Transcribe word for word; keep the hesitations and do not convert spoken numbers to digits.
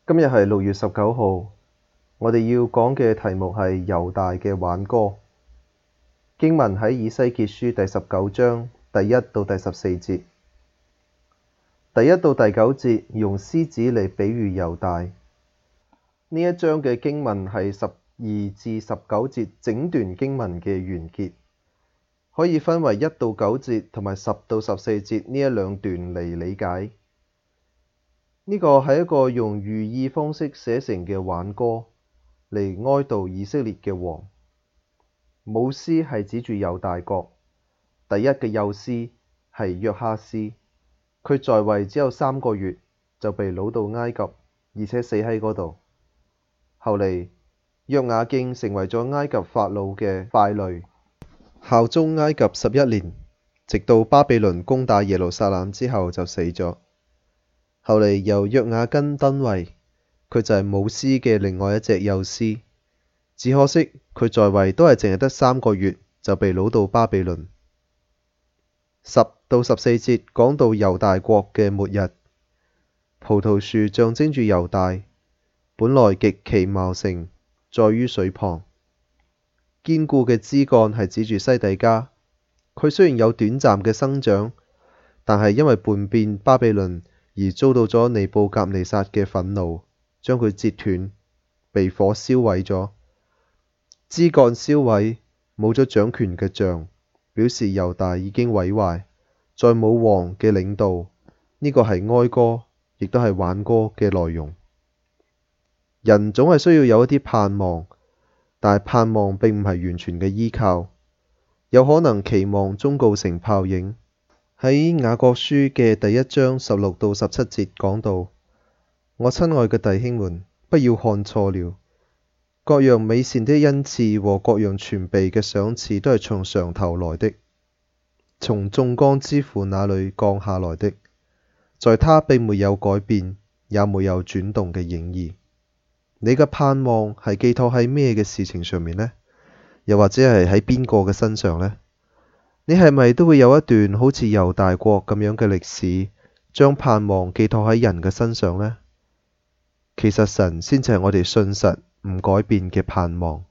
今日係六月十九號，我哋要講嘅題目係猶大嘅挽歌。經文喺以西結書第十九章第一到第十四節。第一到第九節用獅子嚟比喻猶大。呢一章嘅經文係十二至十九節整段經文嘅完結，可以分為一到九節同埋十到十四節呢一兩段嚟理解。呢個係一個用寓意方式寫成嘅挽歌，嚟哀悼以色列嘅王。母獅係指住猶大國，第一嘅幼獅係約哈斯，佢在位只有三個月就被擄到埃及，而且死喺嗰度。後嚟約雅敬成為咗埃及法老嘅傀儡，效忠埃及十一年，直到巴比倫攻打耶路撒冷之後就死咗。後嚟由約雅斤登位，佢就係母獅嘅另外一隻幼獅，只可惜佢在位都係淨係得三個月就被擄到巴比倫。十到十四節講到猶大國嘅末日，葡萄樹象徵住猶大，本來極其茂盛，在於水旁。堅固嘅枝幹係指住西底家，佢雖然有短暫嘅生長，但係因為叛變巴比倫而遭到咗尼布甲尼撒嘅憤怒，將佢折斷，被火燒毀咗。枝幹燒毀，冇咗掌權嘅杖，表示猶大已經毀壞，再冇王嘅領導。呢個係哀歌，亦都係挽歌嘅內容。人總係需要有一啲盼望，但係盼望並唔係完全嘅依靠，有可能期望終告成泡影。喺雅各書嘅第一章十六到十七節講到：我親愛嘅弟兄們，不要看錯了，各樣美善的恩賜和各樣全備嘅賞賜都係從上頭來的，從眾光之父那裏降下來的，在他並沒有改變，也沒有轉動嘅影兒。你嘅盼望係寄託喺咩嘅事情上面呢？又或者係喺邊個嘅身上呢？你係咪都會有一段好似猶大國咁樣嘅歷史，將盼望寄託喺人嘅身上呢？其實神先至係我哋信實唔改變嘅盼望。